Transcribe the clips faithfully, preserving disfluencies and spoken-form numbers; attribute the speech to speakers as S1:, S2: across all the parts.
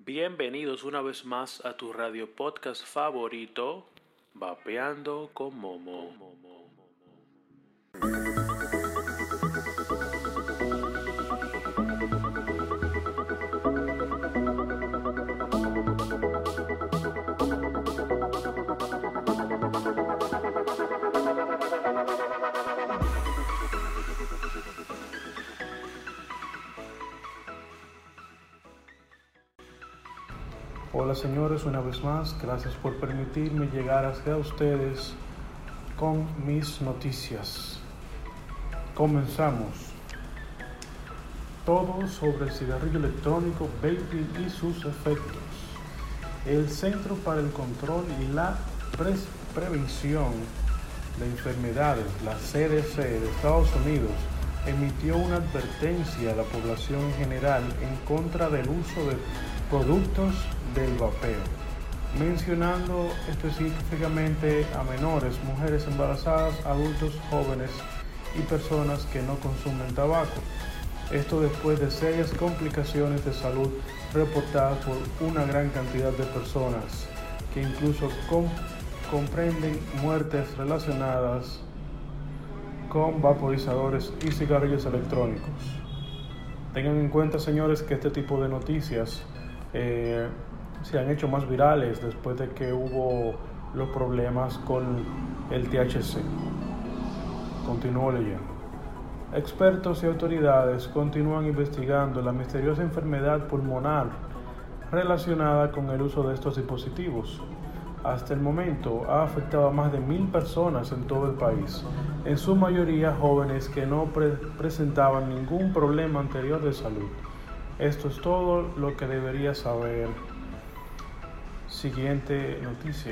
S1: Bienvenidos una vez más a tu radio podcast favorito, Vapeando con Momo.
S2: Hola señores, una vez más, gracias por permitirme llegar hacia ustedes con mis noticias. Comenzamos. Todo sobre el cigarrillo electrónico, vaping y sus efectos. El Centro para el Control y la Pre- Prevención de Enfermedades, la C D C de Estados Unidos, emitió una advertencia a la población en general en contra del uso de productos del vapeo, mencionando específicamente a menores, mujeres embarazadas, adultos, jóvenes y personas que no consumen tabaco. Esto después de serias complicaciones de salud reportadas por una gran cantidad de personas, que incluso com- comprenden muertes relacionadas con vaporizadores y cigarrillos electrónicos. Tengan en cuenta, señores, que este tipo de noticias eh, se han hecho más virales después de que hubo los problemas con el T H C. Continúo leyendo. Expertos y autoridades continúan investigando la misteriosa enfermedad pulmonar relacionada con el uso de estos dispositivos. Hasta el momento ha afectado a más de mil personas en todo el país, en su mayoría jóvenes que no pre- presentaban ningún problema anterior de salud. Esto es todo lo que debería saber. Siguiente noticia.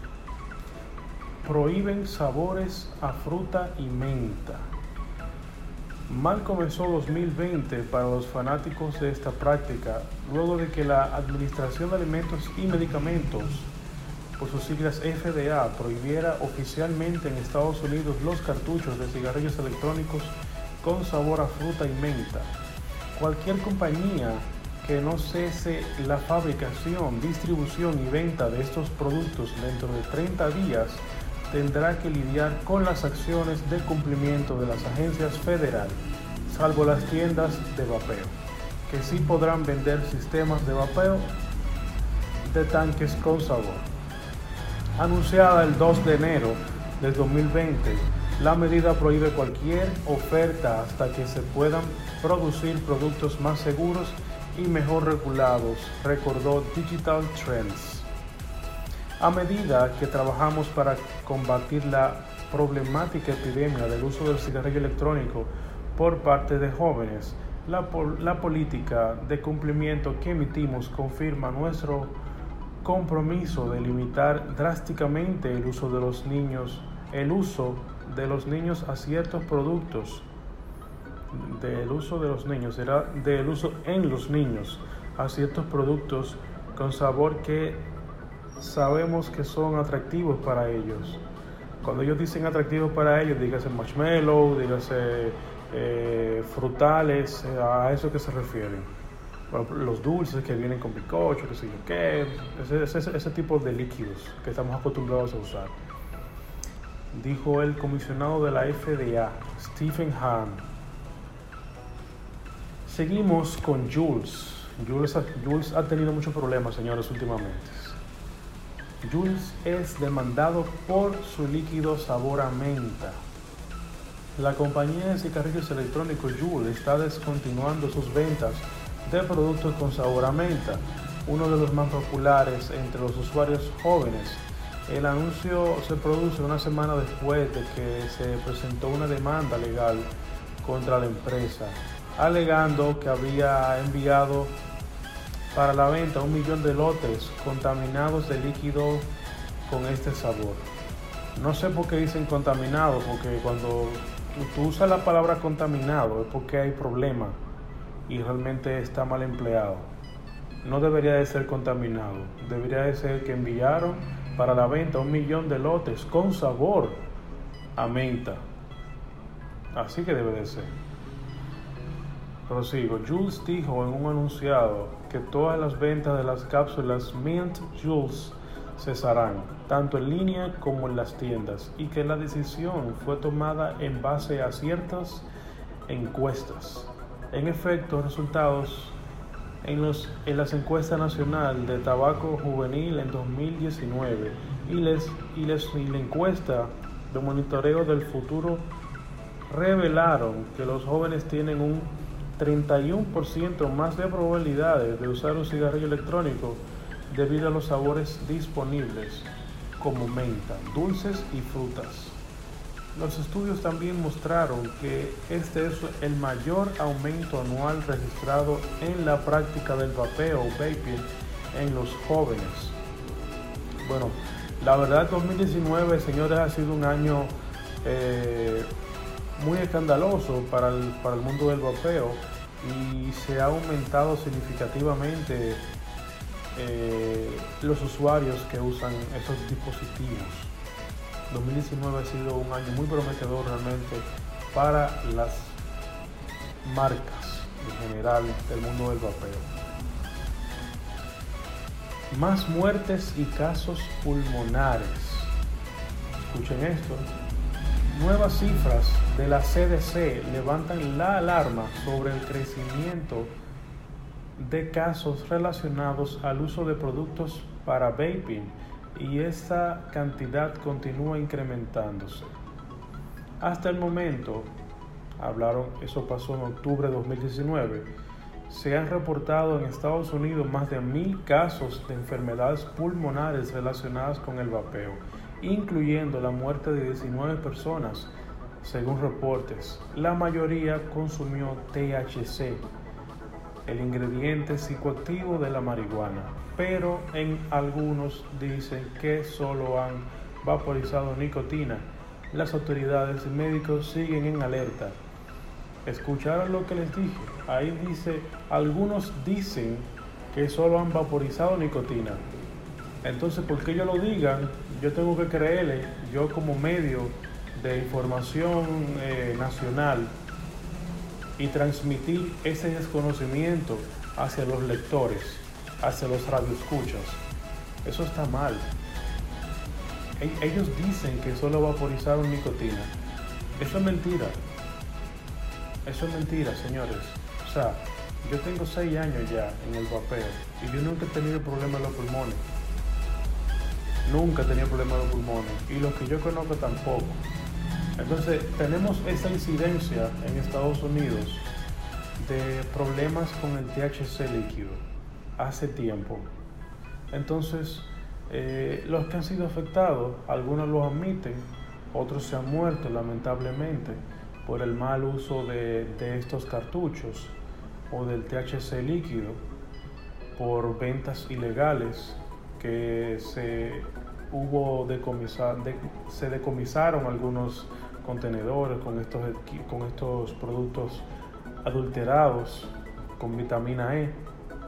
S2: Prohíben sabores a fruta y menta. Mal comenzó dos mil veinte para los fanáticos de esta práctica, luego de que la Administración de Alimentos y Medicamentos, por sus siglas F D A, prohibiera oficialmente en Estados Unidos los cartuchos de cigarrillos electrónicos con sabor a fruta y menta. Cualquier compañía que no cese la fabricación, distribución y venta de estos productos dentro de treinta días tendrá que lidiar con las acciones de cumplimiento de las agencias federales, salvo las tiendas de vapeo, que sí podrán vender sistemas de vapeo de tanques con sabor. Anunciada el dos de enero de dos mil veinte, la medida prohíbe cualquier oferta hasta que se puedan producir productos más seguros y mejor regulados, recordó Digital Trends. A medida que trabajamos para combatir la problemática epidemia del uso del cigarrillo electrónico por parte de jóvenes, la, pol- la política de cumplimiento que emitimos confirma nuestro compromiso de limitar drásticamente el uso de los niños, el uso de los niños a ciertos productos, del uso de los niños, será del uso en los niños a ciertos productos con sabor que sabemos que son atractivos para ellos. Cuando ellos dicen atractivos para ellos, dígase marshmallow, dígase eh, frutales, eh, a eso que se refieren. Bueno, los dulces que vienen con bizcocho, que sé yo qué, ese, ese, ese tipo de líquidos que estamos acostumbrados a usar. Dijo el comisionado de la F D A, Stephen Hahn. Seguimos con Jules. Jules. Jules ha tenido muchos problemas, señores, últimamente. Jules es demandado por su líquido sabor a menta. La compañía de cigarrillos electrónicos Juul está descontinuando sus ventas de productos con sabor a menta, uno de los más populares entre los usuarios jóvenes. El anuncio se produce una semana después de que se presentó una demanda legal contra la empresa, alegando que había enviado para la venta un millón de lotes contaminados de líquido con este sabor. No sé por qué dicen contaminado, porque cuando tú, tú usas la palabra contaminado es porque hay problema y realmente está mal empleado. No debería de ser contaminado, debería de ser que enviaron para la venta un millón de lotes con sabor a menta. Así que debe de ser. Prosigo. Jules dijo en un anunciado que todas las ventas de las cápsulas Mint Juice cesarán, tanto en línea como en las tiendas, y que la decisión fue tomada en base a ciertas encuestas. En efecto, resultados en, los, en las encuestas nacional de tabaco juvenil en dos mil diecinueve y, les, y, les, y la encuesta de monitoreo del futuro revelaron que los jóvenes tienen un treinta y uno por ciento más de probabilidades de usar un cigarrillo electrónico debido a los sabores disponibles, como menta, dulces y frutas. Los estudios también mostraron que este es el mayor aumento anual registrado en la práctica del vapeo o vaping en los jóvenes. Bueno, la verdad, dos mil diecinueve, señores, ha sido un año eh, muy escandaloso para el, para el mundo del vapeo, y se ha aumentado significativamente eh, los usuarios que usan esos dispositivos. dos mil diecinueve ha sido un año muy prometedor realmente para las marcas en general del mundo del vapeo. Más muertes y casos pulmonares. Escuchen esto. Nuevas cifras de la C D C levantan la alarma sobre el crecimiento de casos relacionados al uso de productos para vaping, y esta cantidad continúa incrementándose. Hasta el momento, hablaron, eso pasó en octubre de dos mil diecinueve, se han reportado en Estados Unidos más de mil casos de enfermedades pulmonares relacionadas con el vapeo, incluyendo la muerte de diecinueve personas, según reportes. La mayoría consumió T H C, el ingrediente psicoactivo de la marihuana, pero en algunos dicen que solo han vaporizado nicotina. Las autoridades y médicos siguen en alerta. ¿Escucharon lo que les dije? Ahí dice, algunos dicen que solo han vaporizado nicotina. Entonces, ¿por qué ellos lo digan? Yo tengo que creerle, yo como medio de información eh, nacional, y transmitir ese desconocimiento hacia los lectores, hacia los radioescuchas. Eso está mal. Ellos dicen que solo vaporizaron nicotina. Eso es mentira. Eso es mentira, señores. O sea, yo tengo seis años ya en el vapeo y yo nunca he tenido problema en los pulmones. Nunca he tenido problema en los pulmones. Y los que yo conozco tampoco. Entonces, tenemos esa incidencia en Estados Unidos de problemas con el T H C líquido hace tiempo. Entonces, eh, los que han sido afectados, algunos los admiten, otros se han muerto lamentablemente por el mal uso de, de estos cartuchos o del T H C líquido, por ventas ilegales que se hubo decomisar, de, se decomisaron algunos contenedores con estos, con estos productos adulterados con vitamina E.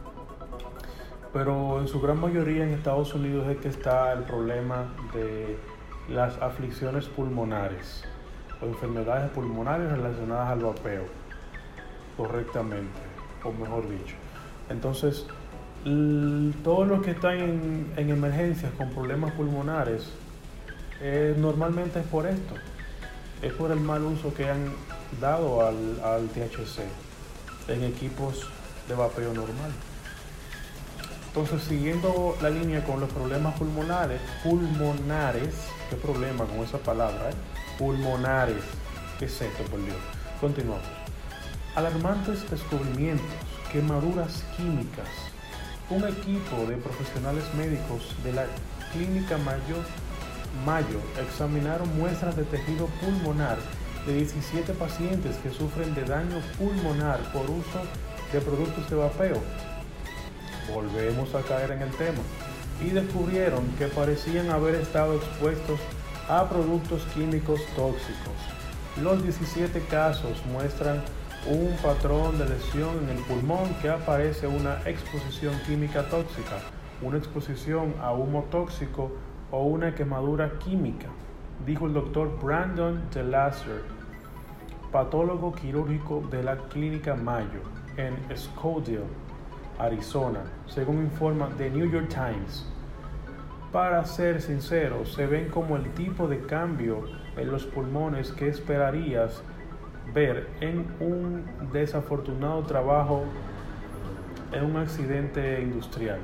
S2: Pero en su gran mayoría en Estados Unidos es que está el problema de las aflicciones pulmonares o enfermedades pulmonares relacionadas al vapeo, correctamente, o mejor dicho. Entonces, todos los que están en, en emergencias con problemas pulmonares, eh, normalmente es por esto, es por el mal uso que han dado al, al T H C en equipos de vapeo normal. Entonces, siguiendo la línea con los problemas pulmonares, pulmonares, qué problema con esa palabra, ¿eh? Pulmonares, ¿qué es esto, por Dios? Continuamos. Alarmantes descubrimientos, quemaduras químicas. Un equipo de profesionales médicos de la Clínica Mayo, Mayo examinaron muestras de tejido pulmonar de diecisiete pacientes que sufren de daño pulmonar por uso de productos de vapeo. Volvemos a caer en el tema. Y descubrieron que parecían haber estado expuestos a productos químicos tóxicos. Los diecisiete casos muestran un patrón de lesión en el pulmón que aparece una exposición química tóxica, una exposición a humo tóxico o una quemadura química, dijo el doctor Brandon DeLazer, patólogo quirúrgico de la Clínica Mayo en Scottsdale, Arizona, según informa The New York Times. Para ser sincero, se ven como el tipo de cambio en los pulmones que esperarías ver en un desafortunado trabajo en un accidente industrial,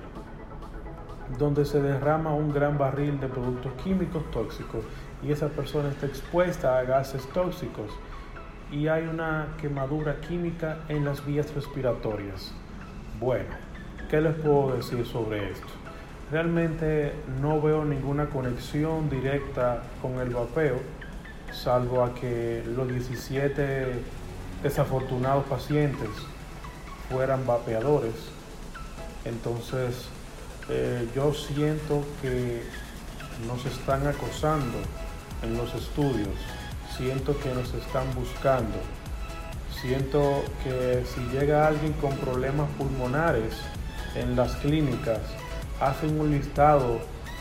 S2: donde se derrama un gran barril de productos químicos tóxicos y esa persona está expuesta a gases tóxicos y hay una quemadura química en las vías respiratorias. Bueno, ¿qué les puedo decir sobre esto? Realmente no veo ninguna conexión directa con el vapeo, salvo a que los diecisiete desafortunados pacientes fueran vapeadores. Entonces, eh, yo siento que nos están acosando en los estudios, siento que nos están buscando, siento que si llega alguien con problemas pulmonares en las clínicas, hacen un listado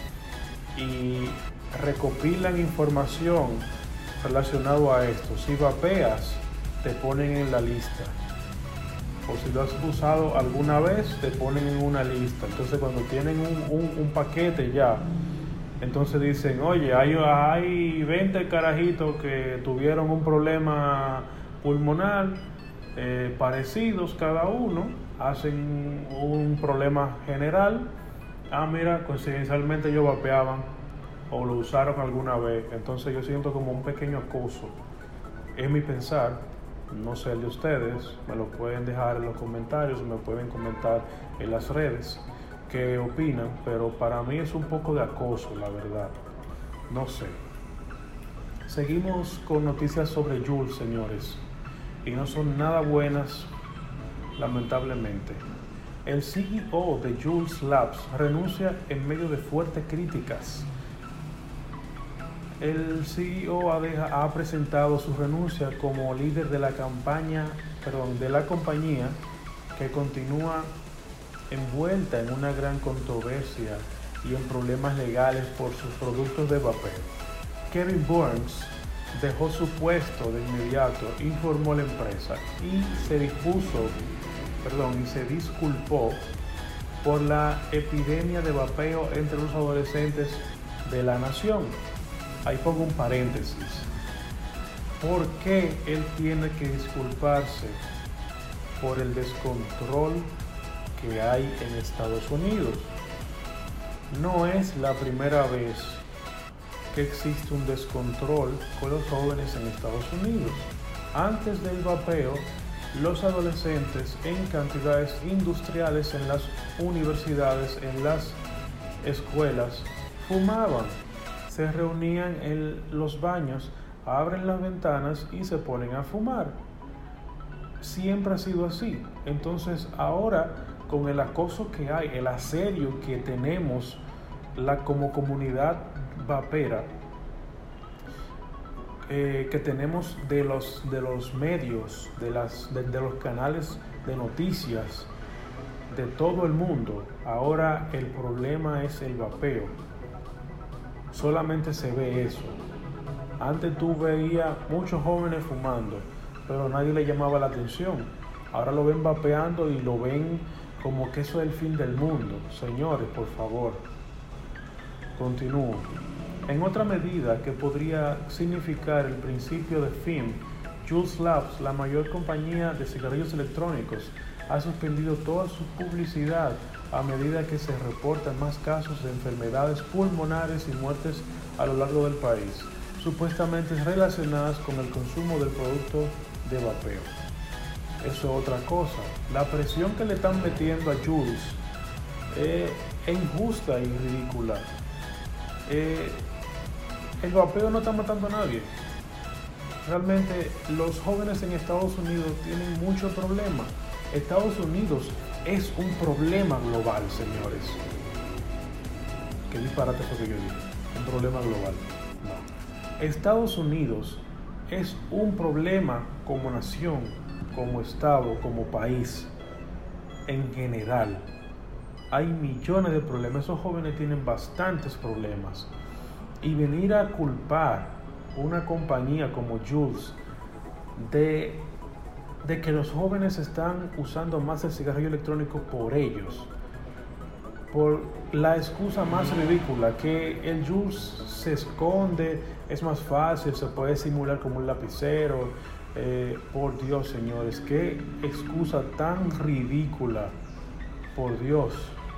S2: y recopilan información relacionado a esto. Si vapeas, te ponen en la lista, o si lo has usado alguna vez, te ponen en una lista. Entonces cuando tienen un, un, un paquete ya, entonces dicen, oye, hay, hay veinte carajitos que tuvieron un problema pulmonar, eh, parecidos cada uno, hacen un problema general. Ah, mira, coincidencialmente ellos vapeaban o lo usaron alguna vez. Entonces yo siento como un pequeño acoso. Es mi pensar, no sé el de ustedes, me lo pueden dejar en los comentarios, me pueden comentar en las redes qué opinan, pero para mí es un poco de acoso, la verdad. No sé. Seguimos con noticias sobre Juul, señores, y no son nada buenas, lamentablemente. El C E O de Juul Labs renuncia en medio de fuertes críticas. El C E O ha, deja, ha presentado su renuncia como líder de la campaña, perdón, de la compañía, que continúa envuelta en una gran controversia y en problemas legales por sus productos de vapeo. Kevin Burns dejó su puesto de inmediato, informó la empresa, y se dispuso, perdón, y se disculpó por la epidemia de vapeo entre los adolescentes de la nación. Ahí pongo un paréntesis. ¿Por qué él tiene que disculparse por el descontrol que hay en Estados Unidos? No es la primera vez que existe un descontrol con los jóvenes en Estados Unidos. Antes del vapeo, los adolescentes en cantidades industriales en las universidades, en las escuelas, fumaban. Se reunían en los baños, abren las ventanas y se ponen a fumar. Siempre ha sido así. Entonces ahora, con el acoso que hay, el asedio que tenemos la, como comunidad vapera, eh, que tenemos de los, de los medios, de, las, de, de los canales de noticias de todo el mundo, ahora el problema es el vapeo. Solamente se ve eso. Antes tú veías muchos jóvenes fumando, pero nadie le llamaba la atención. Ahora lo ven vapeando y lo ven como que eso es el fin del mundo. Señores, por favor, continúo. En otra medida que podría significar el principio de fin, Juul Labs, la mayor compañía de cigarrillos electrónicos, ha suspendido toda su publicidad a medida que se reportan más casos de enfermedades pulmonares y muertes a lo largo del país, supuestamente relacionadas con el consumo del producto de vapeo. Eso es otra cosa. La presión que le están metiendo a Juul eh, es injusta y ridícula. Eh, el vapeo no está matando a nadie. Realmente los jóvenes en Estados Unidos tienen muchos problemas. Estados Unidos es un problema global, señores. ¿Qué disparate fue que yo dije? Un problema global. No. Estados Unidos es un problema como nación, como estado, como país, en general. Hay millones de problemas. Esos jóvenes tienen bastantes problemas. Y venir a culpar una compañía como Juul de de que los jóvenes están usando más el cigarrillo electrónico por ellos, por la excusa más ridícula, que el Jules se esconde, es más fácil, se puede simular como un lapicero. Eh, por Dios, señores, qué excusa tan ridícula, por Dios.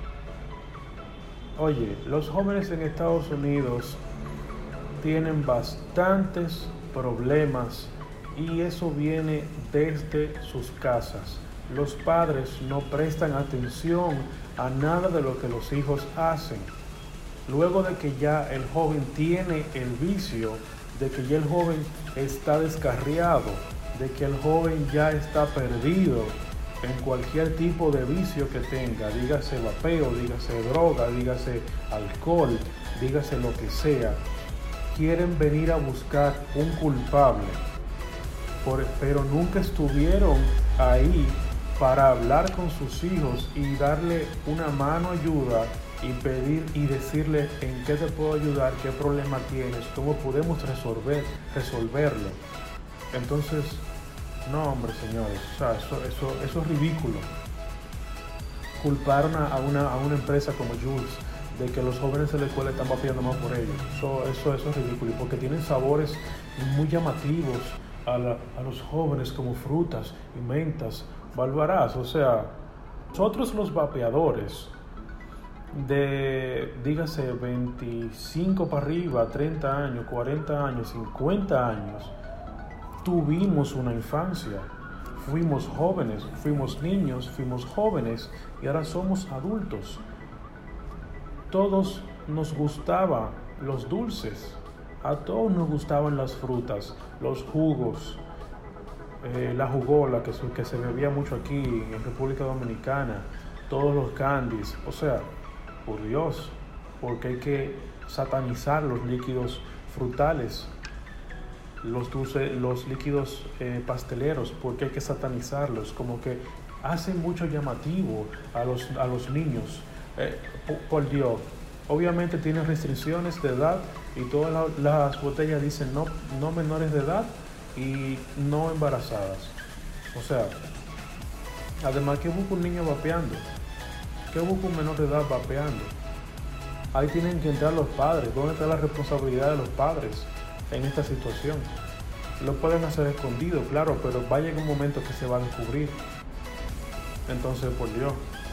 S2: Oye, los jóvenes en Estados Unidos tienen bastantes problemas y eso viene desde sus casas. Los padres no prestan atención a nada de lo que los hijos hacen. Luego de que ya el joven tiene el vicio, de que ya el joven está descarriado, de que el joven ya está perdido en cualquier tipo de vicio que tenga, dígase vapeo, dígase droga, dígase alcohol, dígase lo que sea, quieren venir a buscar un culpable, por, pero nunca estuvieron ahí para hablar con sus hijos y darle una mano ayuda y pedir y decirle en qué te puedo ayudar, qué problema tienes, cómo podemos resolver, resolverlo. Entonces, no, hombre, señores, o sea, eso, eso, eso es ridículo. Culparon a una, a una empresa como Jules de que los jóvenes de la escuela están vapeando más por ellos. Eso, eso, eso es ridículo, porque tienen sabores muy llamativos a, la, a los jóvenes, como frutas y mentas, balbarás. O sea, nosotros los vapeadores de, dígase, veinticinco para arriba, treinta años, cuarenta años, cincuenta años, tuvimos una infancia, fuimos jóvenes, fuimos niños, fuimos jóvenes y ahora somos adultos. Todos nos gustaban los dulces, a todos nos gustaban las frutas, los jugos, eh, la jugola que, que se bebía mucho aquí en República Dominicana, todos los candies. O sea, por Dios, porque hay que satanizar los líquidos frutales, los dulces, los líquidos eh, pasteleros, porque hay que satanizarlos, como que hacen mucho llamativo a los, a los niños. Eh, por, por Dios, obviamente tienen restricciones de edad y todas la, las botellas dicen no, no menores de edad y no embarazadas. O sea, además, ¿qué busca un niño vapeando? ¿Qué busca un menor de edad vapeando? Ahí tienen que entrar los padres. ¿Dónde está la responsabilidad de los padres en esta situación? Lo pueden hacer escondido, claro, pero va a llegar un momento que se va a descubrir. Entonces, por Dios.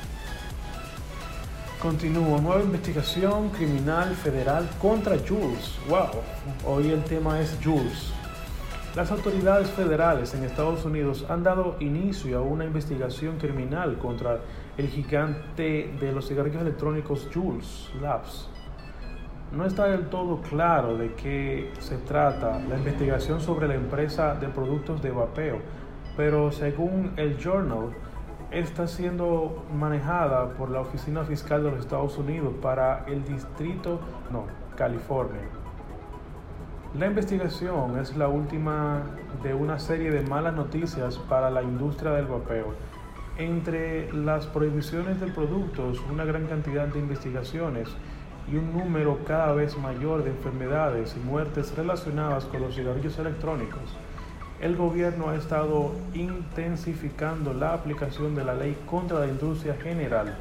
S2: Continúo. Nueva investigación criminal federal contra Jules. Wow. Hoy el tema es Jules. Las autoridades federales en Estados Unidos han dado inicio a una investigación criminal contra el gigante de los cigarrillos electrónicos Jules Labs. No está del todo claro de qué se trata la investigación sobre la empresa de productos de vapeo, pero según el Journal, está siendo manejada por la Oficina Fiscal de los Estados Unidos para el distrito, no, California. La investigación es la última de una serie de malas noticias para la industria del vapeo. Entre las prohibiciones de productos, una gran cantidad de investigaciones y un número cada vez mayor de enfermedades y muertes relacionadas con los cigarrillos electrónicos, el gobierno ha estado intensificando la aplicación de la ley contra la industria general.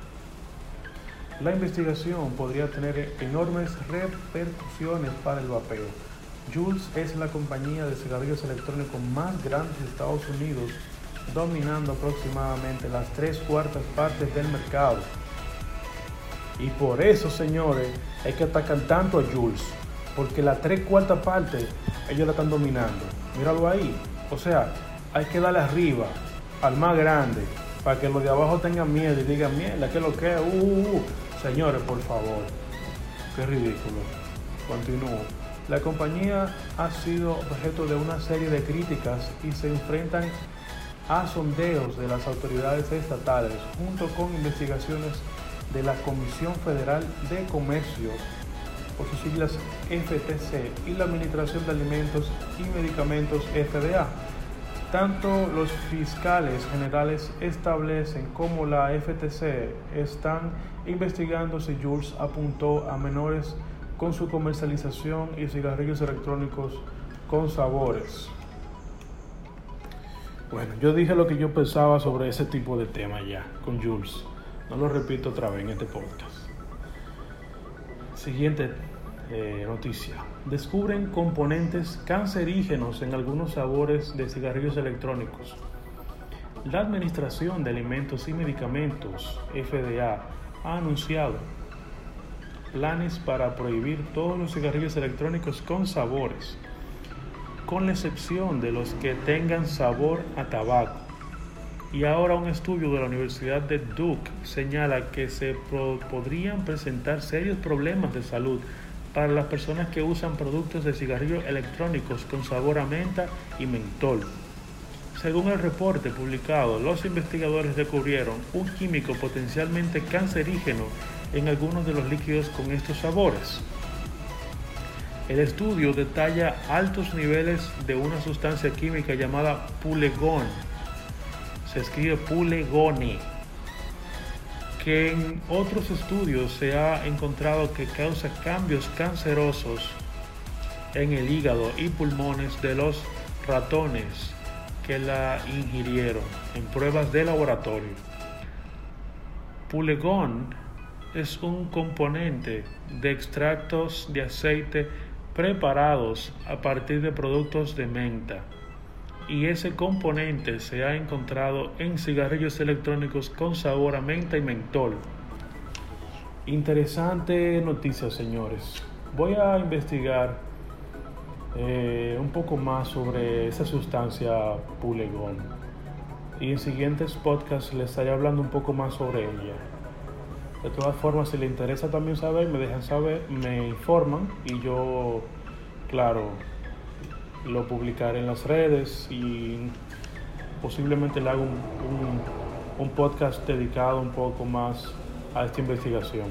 S2: La investigación podría tener enormes repercusiones para el vapeo. Jules es la compañía de cigarrillos electrónicos más grande de Estados Unidos, dominando aproximadamente las tres cuartas partes del mercado. Y por eso, señores, hay que atacar tanto a Jules, porque la tres cuartas parte ellos la están dominando. Míralo ahí. O sea, hay que darle arriba al más grande para que los de abajo tengan miedo y digan, mierda, ¿qué es lo que es? Uh, uh, uh. Señores, por favor, qué ridículo. Continúo. La compañía ha sido objeto de una serie de críticas y se enfrentan a sondeos de las autoridades estatales, junto con investigaciones de la Comisión Federal de Comercio, por sus siglas F T C, y la Administración de Alimentos y Medicamentos F D A. Tanto los fiscales generales establecen como la F T C están investigando si Jules apuntó a menores con su comercialización y cigarrillos electrónicos con sabores. Bueno, yo dije lo que yo pensaba sobre ese tipo de tema ya, con Jules. No lo repito otra vez en este podcast. Siguiente eh, noticia. Descubren componentes cancerígenos en algunos sabores de cigarrillos electrónicos. La Administración de Alimentos y Medicamentos, F D A, ha anunciado planes para prohibir todos los cigarrillos electrónicos con sabores, con la excepción de los que tengan sabor a tabaco. Y ahora un estudio de la Universidad de Duke señala que se pro- podrían presentar serios problemas de salud para las personas que usan productos de cigarrillos electrónicos con sabor a menta y mentol. Según el reporte publicado, los investigadores descubrieron un químico potencialmente cancerígeno en algunos de los líquidos con estos sabores. El estudio detalla altos niveles de una sustancia química llamada pulegón, se escribe pulegone, que en otros estudios se ha encontrado que causa cambios cancerosos en el hígado y pulmones de los ratones que la ingirieron en pruebas de laboratorio. Pulegón es un componente de extractos de aceite preparados a partir de productos de menta, y ese componente se ha encontrado en cigarrillos electrónicos con sabor a menta y mentol. Interesante noticia, señores. Voy a investigar eh, un poco más sobre esa sustancia pulegón, y en siguientes podcasts les estaré hablando un poco más sobre ella. De todas formas, si les interesa también saber, me dejan saber, me informan y yo, claro, lo publicaré en las redes y posiblemente le hago un, un, un podcast dedicado un poco más a esta investigación.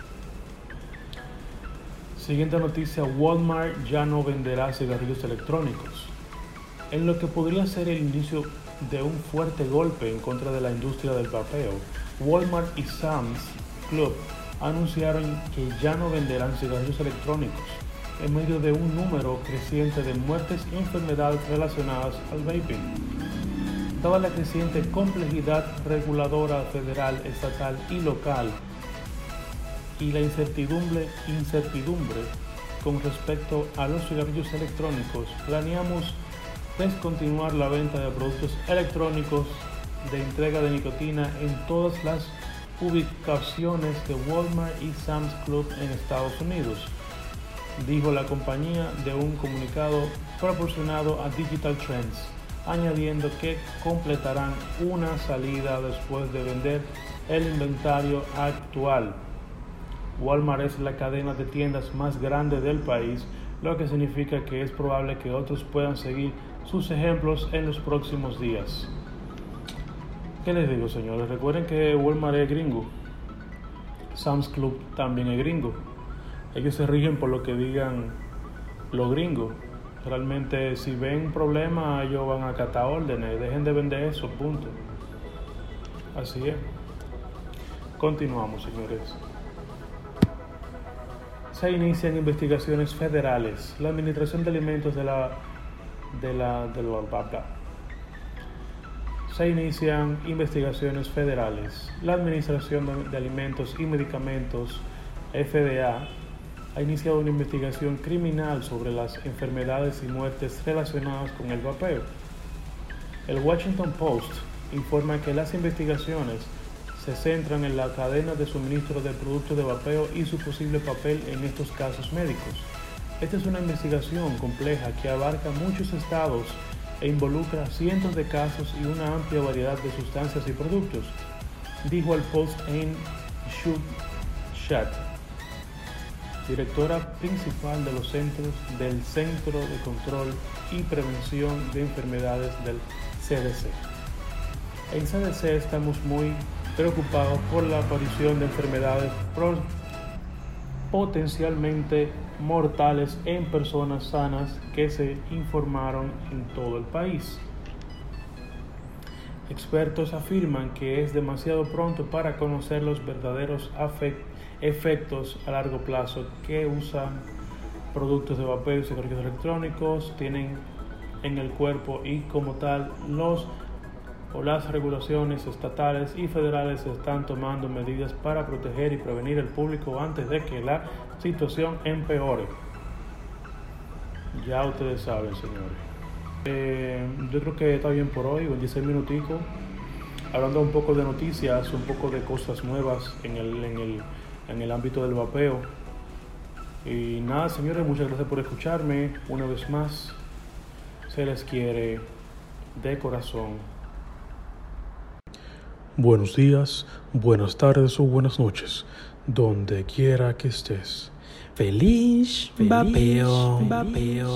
S2: Siguiente noticia: Walmart ya no venderá cigarrillos electrónicos, en lo que podría ser el inicio de un fuerte golpe en contra de la industria del vapeo. Walmart y Sam's Club anunciaron que ya no venderán cigarrillos electrónicos en medio de un número creciente de muertes y enfermedades relacionadas al vaping. Dada la creciente complejidad reguladora federal, estatal y local y la incertidumbre, incertidumbre con respecto a los cigarrillos electrónicos, planeamos descontinuar la venta de productos electrónicos de entrega de nicotina en todas las ubicaciones de Walmart y Sam's Club en Estados Unidos, dijo la compañía de un comunicado proporcionado a Digital Trends, añadiendo que completarán una salida después de vender el inventario actual. Walmart es la cadena de tiendas más grande del país, lo que significa que es probable que otros puedan seguir sus ejemplos en los próximos días. ¿Qué les digo, señores? Recuerden que Walmart es gringo, Sam's Club también es gringo. Ellos se rigen por lo que digan los gringos. Realmente, si ven problemas, ellos van a acatar órdenes. Dejen de vender eso, punto. Así es. Continuamos, señores. Se inician investigaciones federales. La Administración de Alimentos de la de la de la bla, Se inician investigaciones federales. La Administración de, de Alimentos y Medicamentos, F D A, ha iniciado una investigación criminal sobre las enfermedades y muertes relacionadas con el vapeo. El Washington Post informa que las investigaciones se centran en la cadena de suministro de productos de vapeo y su posible papel en estos casos médicos. Esta es una investigación compleja que abarca muchos estados e involucra cientos de casos y una amplia variedad de sustancias y productos, dijo el Post Anne Schutz, directora principal de los centros del Centro de Control y Prevención de Enfermedades del C D C. En C D C estamos muy preocupados por la aparición de enfermedades potencialmente mortales en personas sanas que se informaron en todo el país. Expertos afirman que es demasiado pronto para conocer los verdaderos efectos a largo plazo que usan productos de vapeo y cigarrillos electrónicos tienen en el cuerpo y como tal los o las regulaciones estatales y federales están tomando medidas para proteger y prevenir al público antes de que la situación empeore. Ya ustedes saben, señores. Eh, yo creo que está bien por hoy, veintiséis minuticos, hablando un poco de noticias, un poco de cosas nuevas en el, en el, en el ámbito del vapeo. Y nada, señores, muchas gracias por escucharme. Una vez más, se les quiere de corazón. Buenos días, buenas tardes o buenas noches, donde quiera que estés.
S3: Feliz vapeo, vapeo.